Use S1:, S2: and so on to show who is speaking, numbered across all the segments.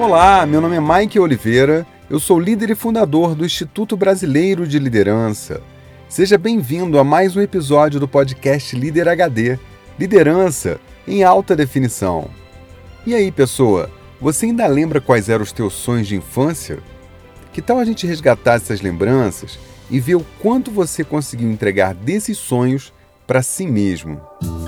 S1: Olá, meu nome é Mike Oliveira, eu sou líder e fundador do Instituto Brasileiro de Liderança. Seja bem-vindo a mais um episódio do podcast Líder HD, Liderança em Alta Definição. E aí, pessoa, você ainda lembra quais eram os teus sonhos de infância? Que tal a gente resgatar essas lembranças e ver o quanto você conseguiu entregar desses sonhos para si mesmo?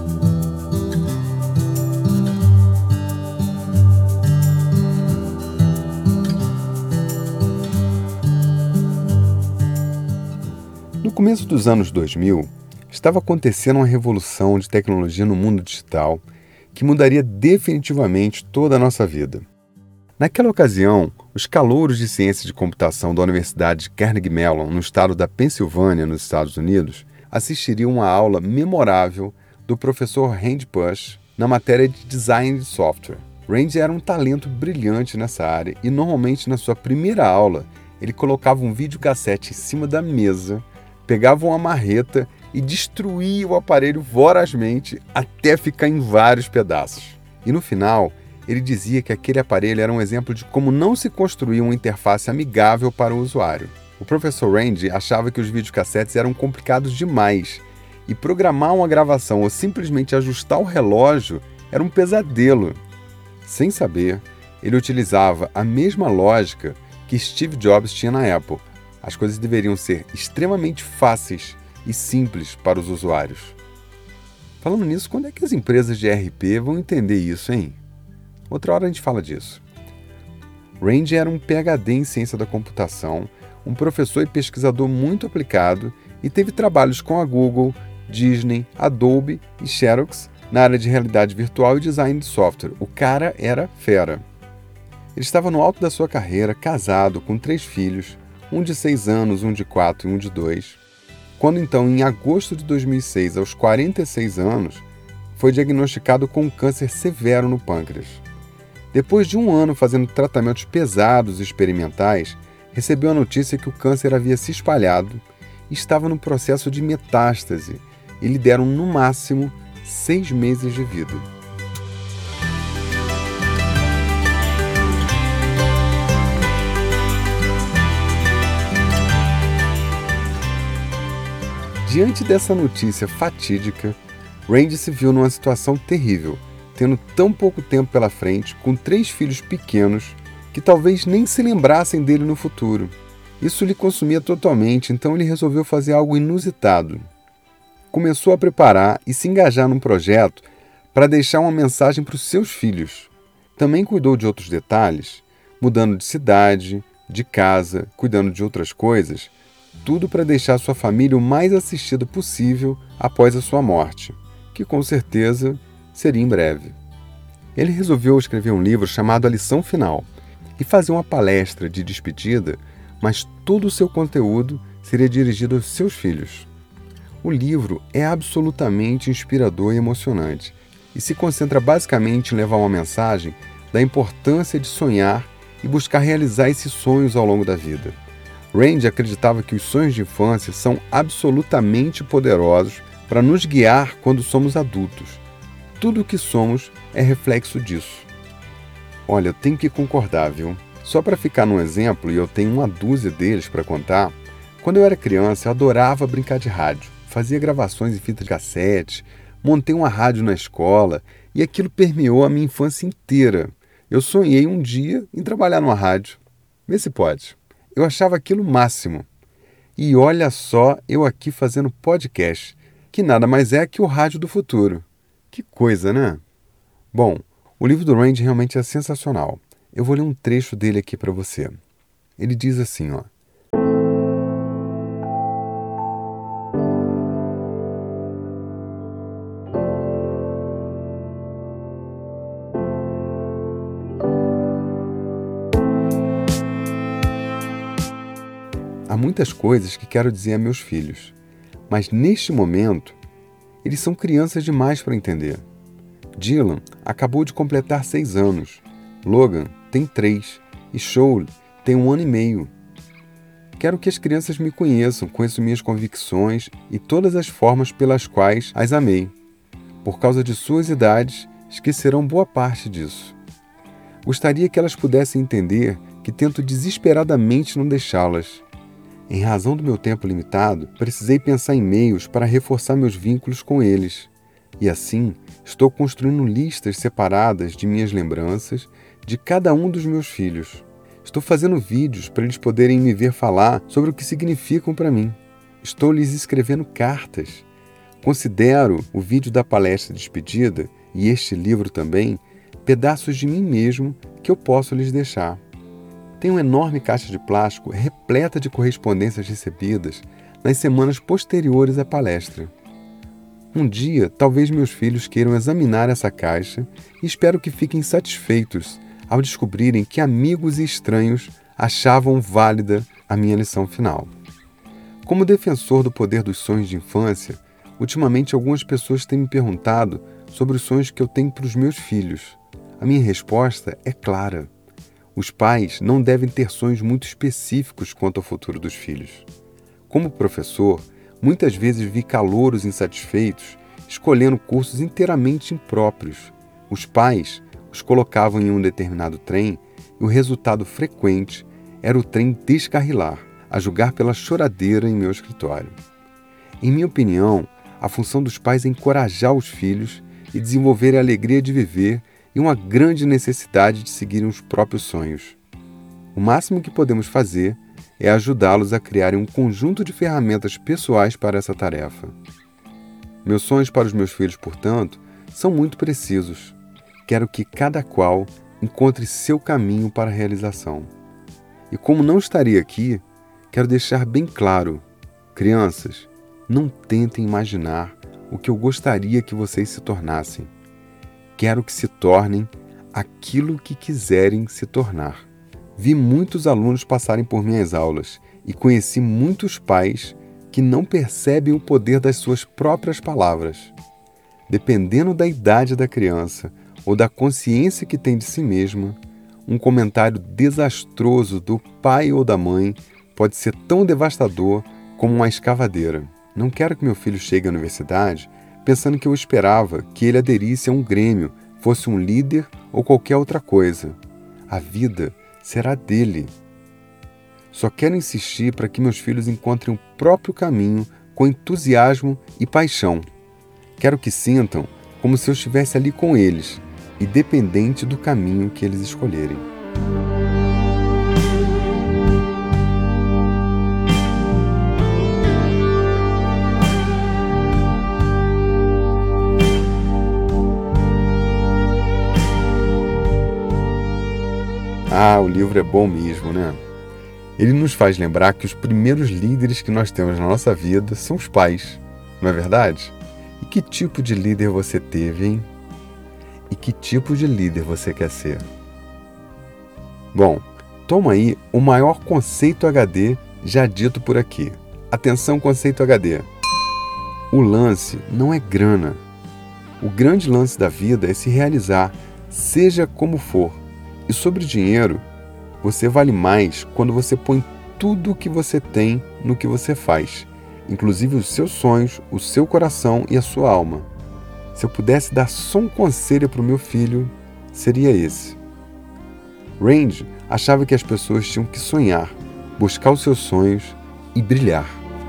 S1: No começo dos anos 2000, estava acontecendo uma revolução de tecnologia no mundo digital que mudaria definitivamente toda a nossa vida. Naquela ocasião, os calouros de ciência de computação da Universidade de Carnegie Mellon, no estado da Pensilvânia, nos Estados Unidos, assistiriam a uma aula memorável do professor Randy Bush na matéria de Design de Software. Randy era um talento brilhante nessa área e, normalmente, na sua primeira aula, ele colocava um videocassete em cima da mesa, pegava uma marreta e destruía o aparelho vorazmente até ficar em vários pedaços. E no final, ele dizia que aquele aparelho era um exemplo de como não se construía uma interface amigável para o usuário. O professor Randy achava que os videocassetes eram complicados demais e programar uma gravação ou simplesmente ajustar o relógio era um pesadelo. Sem saber, ele utilizava a mesma lógica que Steve Jobs tinha na Apple. As coisas deveriam ser extremamente fáceis e simples para os usuários. Falando nisso, quando é que as empresas de ERP vão entender isso, hein? Outra hora a gente fala disso. Randy era um PhD em ciência da computação, um professor e pesquisador muito aplicado e teve trabalhos com a Google, Disney, Adobe e Xerox na área de realidade virtual e design de software. O cara era fera. Ele estava no alto da sua carreira, casado, com 3 filhos, um de 6 anos, um de 4 e um de 2, quando então, em agosto de 2006, aos 46 anos, foi diagnosticado com um câncer severo no pâncreas. Depois de um ano fazendo tratamentos pesados e experimentais, recebeu a notícia que o câncer havia se espalhado e estava no processo de metástase e lhe deram, no máximo, 6 meses de vida. Diante dessa notícia fatídica, Randy se viu numa situação terrível, tendo tão pouco tempo pela frente, com 3 filhos pequenos, que talvez nem se lembrassem dele no futuro. Isso lhe consumia totalmente, então ele resolveu fazer algo inusitado. Começou a preparar e se engajar num projeto para deixar uma mensagem para os seus filhos. Também cuidou de outros detalhes, mudando de cidade, de casa, cuidando de outras coisas, tudo para deixar sua família o mais assistida possível após a sua morte, que com certeza seria em breve. Ele resolveu escrever um livro chamado A Lição Final e fazer uma palestra de despedida, mas todo o seu conteúdo seria dirigido aos seus filhos. O livro é absolutamente inspirador e emocionante e se concentra basicamente em levar uma mensagem da importância de sonhar e buscar realizar esses sonhos ao longo da vida. Randy acreditava que os sonhos de infância são absolutamente poderosos para nos guiar quando somos adultos. Tudo o que somos é reflexo disso. Olha, eu tenho que concordar, viu? Só para ficar num exemplo, e eu tenho uma dúzia deles para contar, quando eu era criança eu adorava brincar de rádio. Fazia gravações em fita de cassete, montei uma rádio na escola e aquilo permeou a minha infância inteira. Eu sonhei um dia em trabalhar numa rádio. Vê se pode. Eu achava aquilo o máximo. E olha só eu aqui fazendo podcast, que nada mais é que o rádio do futuro. Que coisa, né? Bom, o livro do Randy realmente é sensacional. Eu vou ler um trecho dele aqui para você. Ele diz assim, ó. Há muitas coisas que quero dizer a meus filhos, mas neste momento, eles são crianças demais para entender. Dylan acabou de completar 6 anos, Logan tem 3 e Shoal tem 1 ano e meio. Quero que as crianças me conheçam minhas convicções e todas as formas pelas quais as amei. Por causa de suas idades, esquecerão boa parte disso. Gostaria que elas pudessem entender que tento desesperadamente não deixá-las. Em razão do meu tempo limitado, precisei pensar em meios para reforçar meus vínculos com eles. E assim, estou construindo listas separadas de minhas lembranças de cada um dos meus filhos. Estou fazendo vídeos para eles poderem me ver falar sobre o que significam para mim. Estou lhes escrevendo cartas. Considero o vídeo da palestra de despedida, e este livro também, pedaços de mim mesmo que eu posso lhes deixar. Tenho uma enorme caixa de plástico repleta de correspondências recebidas nas semanas posteriores à palestra. Um dia, talvez meus filhos queiram examinar essa caixa e espero que fiquem satisfeitos ao descobrirem que amigos e estranhos achavam válida a minha lição final. Como defensor do poder dos sonhos de infância, ultimamente algumas pessoas têm me perguntado sobre os sonhos que eu tenho para os meus filhos. A minha resposta é clara. Os pais não devem ter sonhos muito específicos quanto ao futuro dos filhos. Como professor, muitas vezes vi calouros insatisfeitos escolhendo cursos inteiramente impróprios. Os pais os colocavam em um determinado trem e o resultado frequente era o trem descarrilar, a julgar pela choradeira em meu escritório. Em minha opinião, a função dos pais é encorajar os filhos e desenvolver a alegria de viver e uma grande necessidade de seguirem os próprios sonhos. O máximo que podemos fazer é ajudá-los a criarem um conjunto de ferramentas pessoais para essa tarefa. Meus sonhos para os meus filhos, portanto, são muito precisos. Quero que cada qual encontre seu caminho para a realização. E como não estaria aqui, quero deixar bem claro, crianças, não tentem imaginar o que eu gostaria que vocês se tornassem. Quero que se tornem aquilo que quiserem se tornar. Vi muitos alunos passarem por minhas aulas e conheci muitos pais que não percebem o poder das suas próprias palavras. Dependendo da idade da criança ou da consciência que tem de si mesma, um comentário desastroso do pai ou da mãe pode ser tão devastador como uma escavadeira. Não quero que meu filho chegue à universidade pensando que eu esperava que ele aderisse a um grêmio, fosse um líder ou qualquer outra coisa. A vida será dele. Só quero insistir para que meus filhos encontrem o próprio caminho com entusiasmo e paixão. Quero que sintam como se eu estivesse ali com eles, independente do caminho que eles escolherem. O livro é bom mesmo, né? Ele nos faz lembrar que os primeiros líderes que nós temos na nossa vida são os pais, não é verdade? E que tipo de líder você teve, hein? E que tipo de líder você quer ser? Bom, toma aí o maior conceito HD já dito por aqui. Atenção, conceito HD. O lance não é grana. O grande lance da vida é se realizar, seja como for. E sobre dinheiro, você vale mais quando você põe tudo o que você tem no que você faz, inclusive os seus sonhos, o seu coração e a sua alma. Se eu pudesse dar só um conselho para o meu filho, seria esse. Randy achava que as pessoas tinham que sonhar, buscar os seus sonhos e brilhar.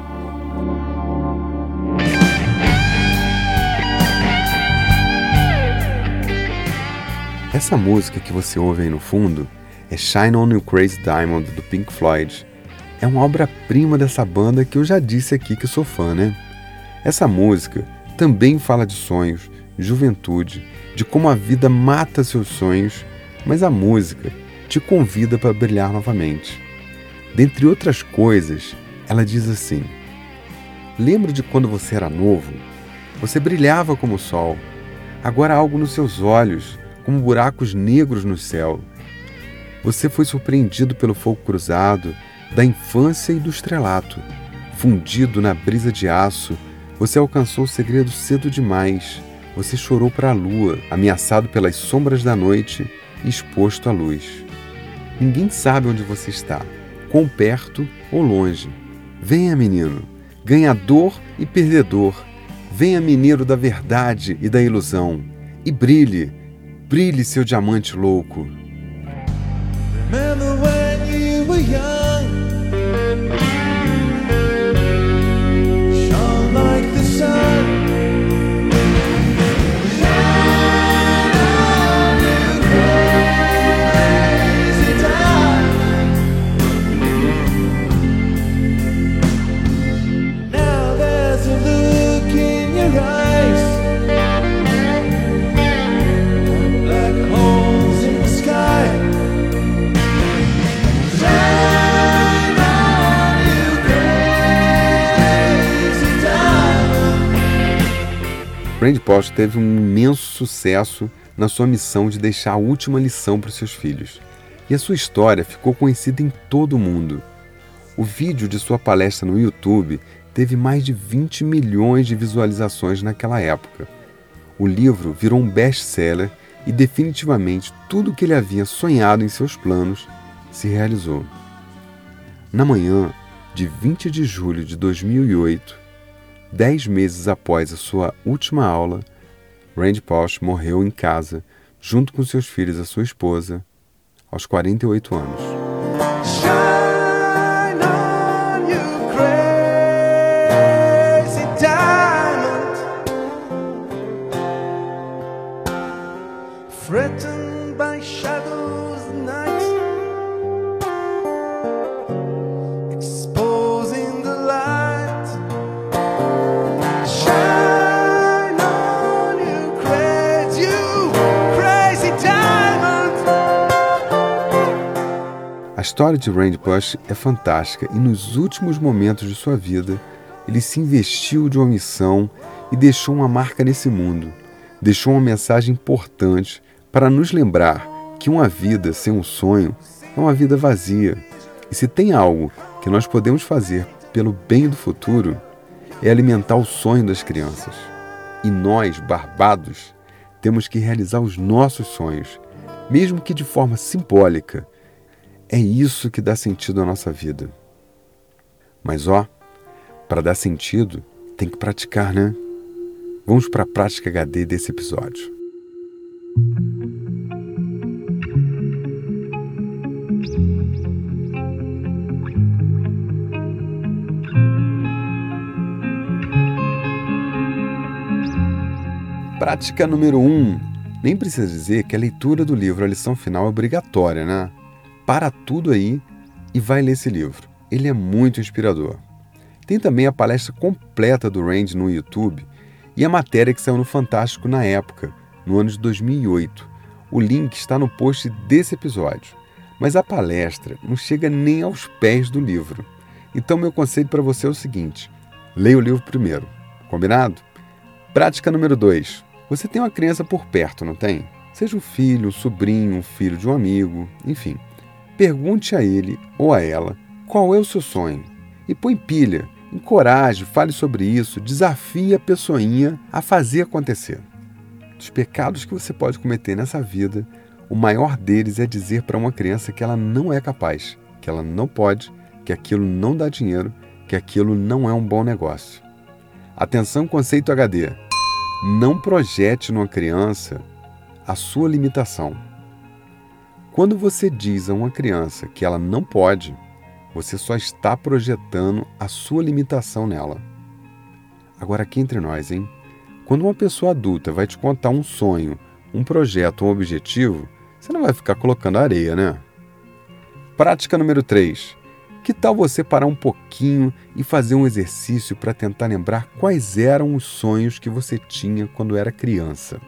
S1: Essa música que você ouve aí no fundo é Shine On You Crazy Diamond, do Pink Floyd. É uma obra-prima dessa banda que eu já disse aqui que sou fã, né? Essa música também fala de sonhos, juventude, de como a vida mata seus sonhos, mas a música te convida para brilhar novamente. Dentre outras coisas, ela diz assim: lembra de quando você era novo? Você brilhava como o sol. Agora há algo nos seus olhos, como buracos negros no céu. Você foi surpreendido pelo fogo cruzado da infância e do estrelato. Fundido na brisa de aço, você alcançou o segredo cedo demais. Você chorou para a lua, ameaçado pelas sombras da noite e exposto à luz. Ninguém sabe onde você está, quão perto ou longe. Venha, menino, ganhador e perdedor. Venha, mineiro da verdade e da ilusão. E brilhe, brilhe, seu diamante louco.
S2: Remember when you were young, shone like the sun. Shine on, you crazy diamond. Now there's a look in your eyes, black holes in the sky. Shine on, you crazy diamond.
S1: Randy Pausch teve um imenso sucesso na sua missão de deixar a última lição para os seus filhos. E a sua história ficou conhecida em todo o mundo. O vídeo de sua palestra no YouTube teve mais de 20 milhões de visualizações naquela época. O livro virou um best-seller e definitivamente tudo o que ele havia sonhado em seus planos se realizou. Na manhã de 20 de julho de 2008, 10 meses após a sua última aula, Randy Pausch morreu em casa, junto com seus filhos e a sua esposa, aos 48 anos.
S2: Shine on, you crazy diamond. Threatened by shadows at night, exposing the light. Shine on, you crazy diamond.
S1: A história de Randy Pausch é fantástica e nos últimos momentos de sua vida, ele se investiu de uma missão e deixou uma marca nesse mundo. Deixou uma mensagem importante para nos lembrar que uma vida sem um sonho é uma vida vazia. E se tem algo que nós podemos fazer pelo bem do futuro, é alimentar o sonho das crianças. E nós, barbados, temos que realizar os nossos sonhos, mesmo que de forma simbólica. É isso que dá sentido à nossa vida. Mas para dar sentido, tem que praticar, né? Vamos para a prática HD desse episódio. Prática número 1. Nem precisa dizer que a leitura do livro A Lição Final é obrigatória, né? Para tudo aí e vai ler esse livro. Ele é muito inspirador. Tem também a palestra completa do Randy no YouTube e a matéria que saiu no Fantástico na época, no ano de 2008. O link está no post desse episódio. Mas a palestra não chega nem aos pés do livro. Então meu conselho para você é o seguinte: leia o livro primeiro. Combinado? Prática número 2. Você tem uma criança por perto, não tem? Seja um filho, um sobrinho, um filho de um amigo, enfim. Pergunte a ele ou a ela qual é o seu sonho. E põe pilha, encoraje, fale sobre isso, desafie a pessoinha a fazer acontecer. Dos pecados que você pode cometer nessa vida, o maior deles é dizer para uma criança que ela não é capaz, que ela não pode, que aquilo não dá dinheiro, que aquilo não é um bom negócio. Atenção, conceito HD. Não projete numa criança a sua limitação. Quando você diz a uma criança que ela não pode, você só está projetando a sua limitação nela. Agora aqui entre nós, hein? Quando uma pessoa adulta vai te contar um sonho, um projeto, um objetivo, você não vai ficar colocando areia, né? Prática número 3. Que tal você parar um pouquinho e fazer um exercício para tentar lembrar quais eram os sonhos que você tinha quando era criança?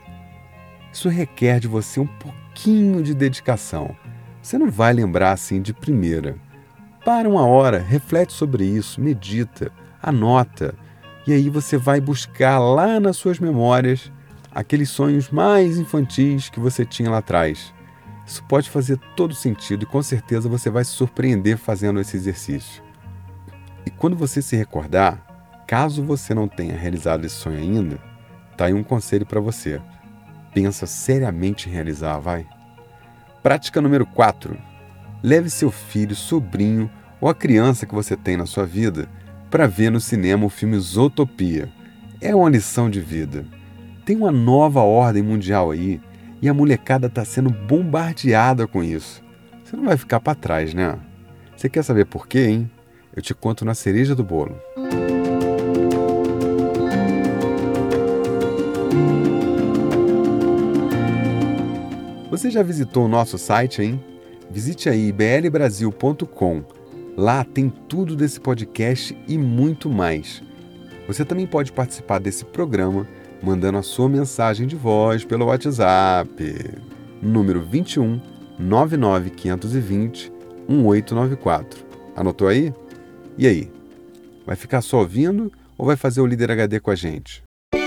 S1: Isso requer de você um pouquinho de dedicação. Você não vai lembrar assim de primeira. Para uma hora, reflete sobre isso, medita, anota. E aí você vai buscar lá nas suas memórias aqueles sonhos mais infantis que você tinha lá atrás. Isso pode fazer todo sentido e com certeza você vai se surpreender fazendo esse exercício. E quando você se recordar, caso você não tenha realizado esse sonho ainda, tá aí um conselho para você. Pensa seriamente em realizar, vai. Prática número 4. Leve seu filho, sobrinho ou a criança que você tem na sua vida para ver no cinema o filme Zootopia. É uma lição de vida. Tem uma nova ordem mundial aí e a molecada está sendo bombardeada com isso. Você não vai ficar para trás, né? Você quer saber por quê, hein? Eu te conto na cereja do bolo. Você já visitou o nosso site, hein? Visite aí blbrasil.com. Lá tem tudo desse podcast e muito mais. Você também pode participar desse programa mandando a sua mensagem de voz pelo WhatsApp. Número 21 99520 1894. Anotou aí? E aí? Vai ficar só ouvindo ou vai fazer o Líder HD com a gente?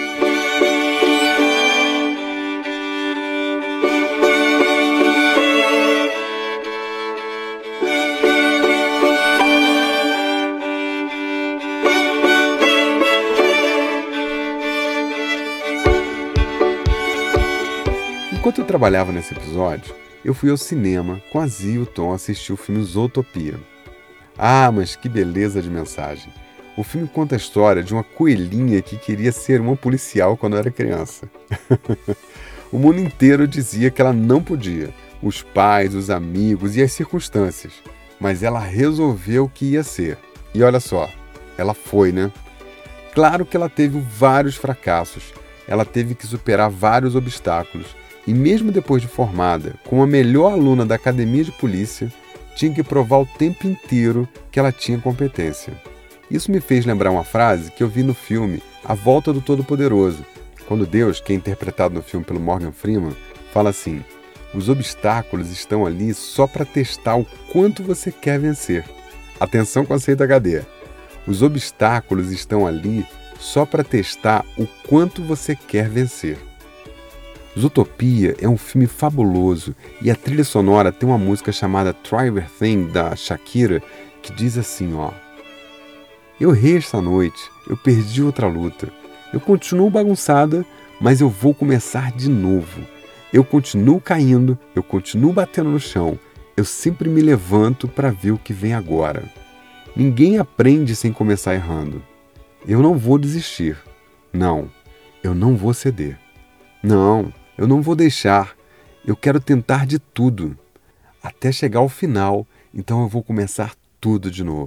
S1: Enquanto eu trabalhava nesse episódio, eu fui ao cinema com a Zia e o Tom assistir o filme Zootopia. Ah, mas que beleza de mensagem! O filme conta a história de uma coelhinha que queria ser uma policial quando era criança. O mundo inteiro dizia que ela não podia, os pais, os amigos e as circunstâncias, mas ela resolveu que ia ser. E olha só, ela foi, né? Claro que ela teve vários fracassos, ela teve que superar vários obstáculos, e mesmo depois de formada, como a melhor aluna da academia de polícia, tinha que provar o tempo inteiro que ela tinha competência. Isso me fez lembrar uma frase que eu vi no filme A Volta do Todo-Poderoso, quando Deus, que é interpretado no filme pelo Morgan Freeman, fala assim: os obstáculos estão ali só para testar o quanto você quer vencer. Atenção, conceito HD. Os obstáculos estão ali só para testar o quanto você quer vencer. Zootopia é um filme fabuloso e a trilha sonora tem uma música chamada Try Everything, da Shakira, que diz assim, ó: eu errei esta noite, eu perdi outra luta, eu continuo bagunçada, mas eu vou começar de novo. Eu continuo caindo, eu continuo batendo no chão, eu sempre me levanto para ver o que vem agora. Ninguém aprende sem começar errando. Eu não vou desistir. Não, eu não vou ceder. Não, eu não vou deixar. Eu quero tentar de tudo. Até chegar ao final, então eu vou começar tudo de novo.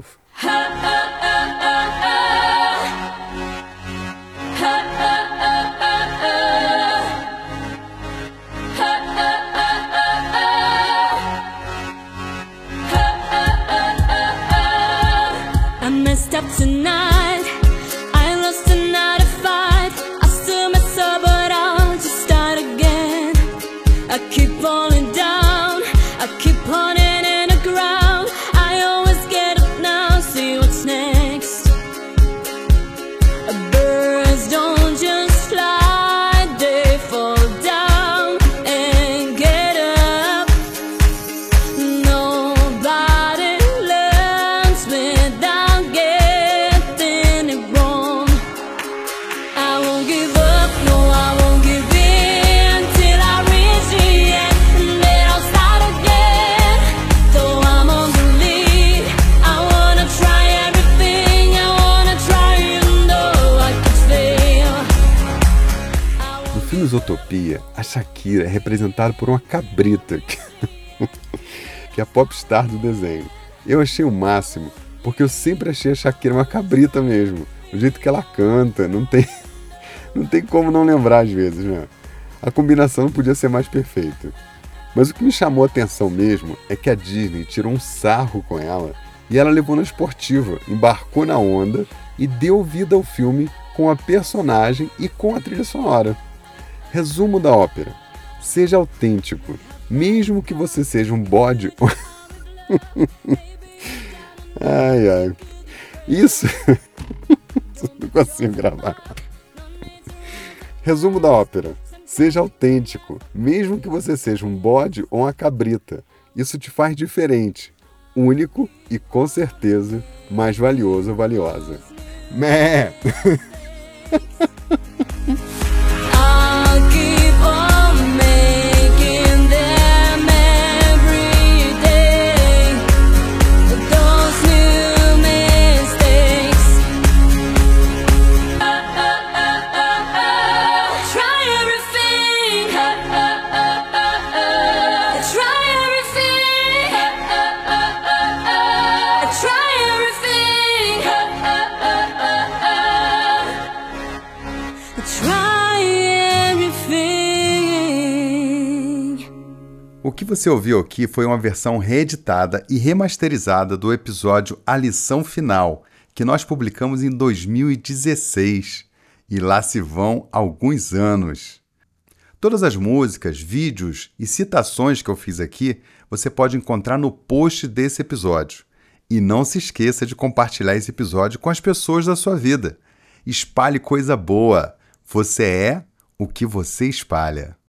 S3: I messed up tonight. I lost another fight. I still mess up, but I'll just start again. I keep falling down. I keep haunting in the ground. I always get up now, see what's next. Birds don't just fly, they fall down and get up. Nobody learns without getting it wrong. I won't give up, no, I won't give in till I reach the end, and then I'll start again. Though I'm on the lead, I wanna try everything, I wanna try even though I could fail.
S1: No filme Zootopia, a Shakira é representada por uma cabrita, que é a popstar do desenho. Eu achei o máximo, porque eu sempre achei a Shakira uma cabrita mesmo. O jeito que ela canta, não tem como não lembrar às vezes, né? A combinação não podia ser mais perfeita. Mas o que me chamou a atenção mesmo é que a Disney tirou um sarro com ela e ela levou na esportiva, embarcou na onda e deu vida ao filme com a personagem e com a trilha sonora. Resumo da ópera: seja autêntico, mesmo que você seja um bode. Ai, ai. Isso. Não consigo gravar. Resumo da ópera: seja autêntico, mesmo que você seja um bode ou uma cabrita. Isso te faz diferente, único e, com certeza, mais valioso ou valiosa. Mé!
S3: I'll keep on making them every day. Those new mistakes. Try everything. Try everything.
S1: O que você ouviu aqui foi uma versão reeditada e remasterizada do episódio A Lição Final, que nós publicamos em 2016. E lá se vão alguns anos. Todas as músicas, vídeos e citações que eu fiz aqui, você pode encontrar no post desse episódio. E não se esqueça de compartilhar esse episódio com as pessoas da sua vida. Espalhe coisa boa. Você é o que você espalha.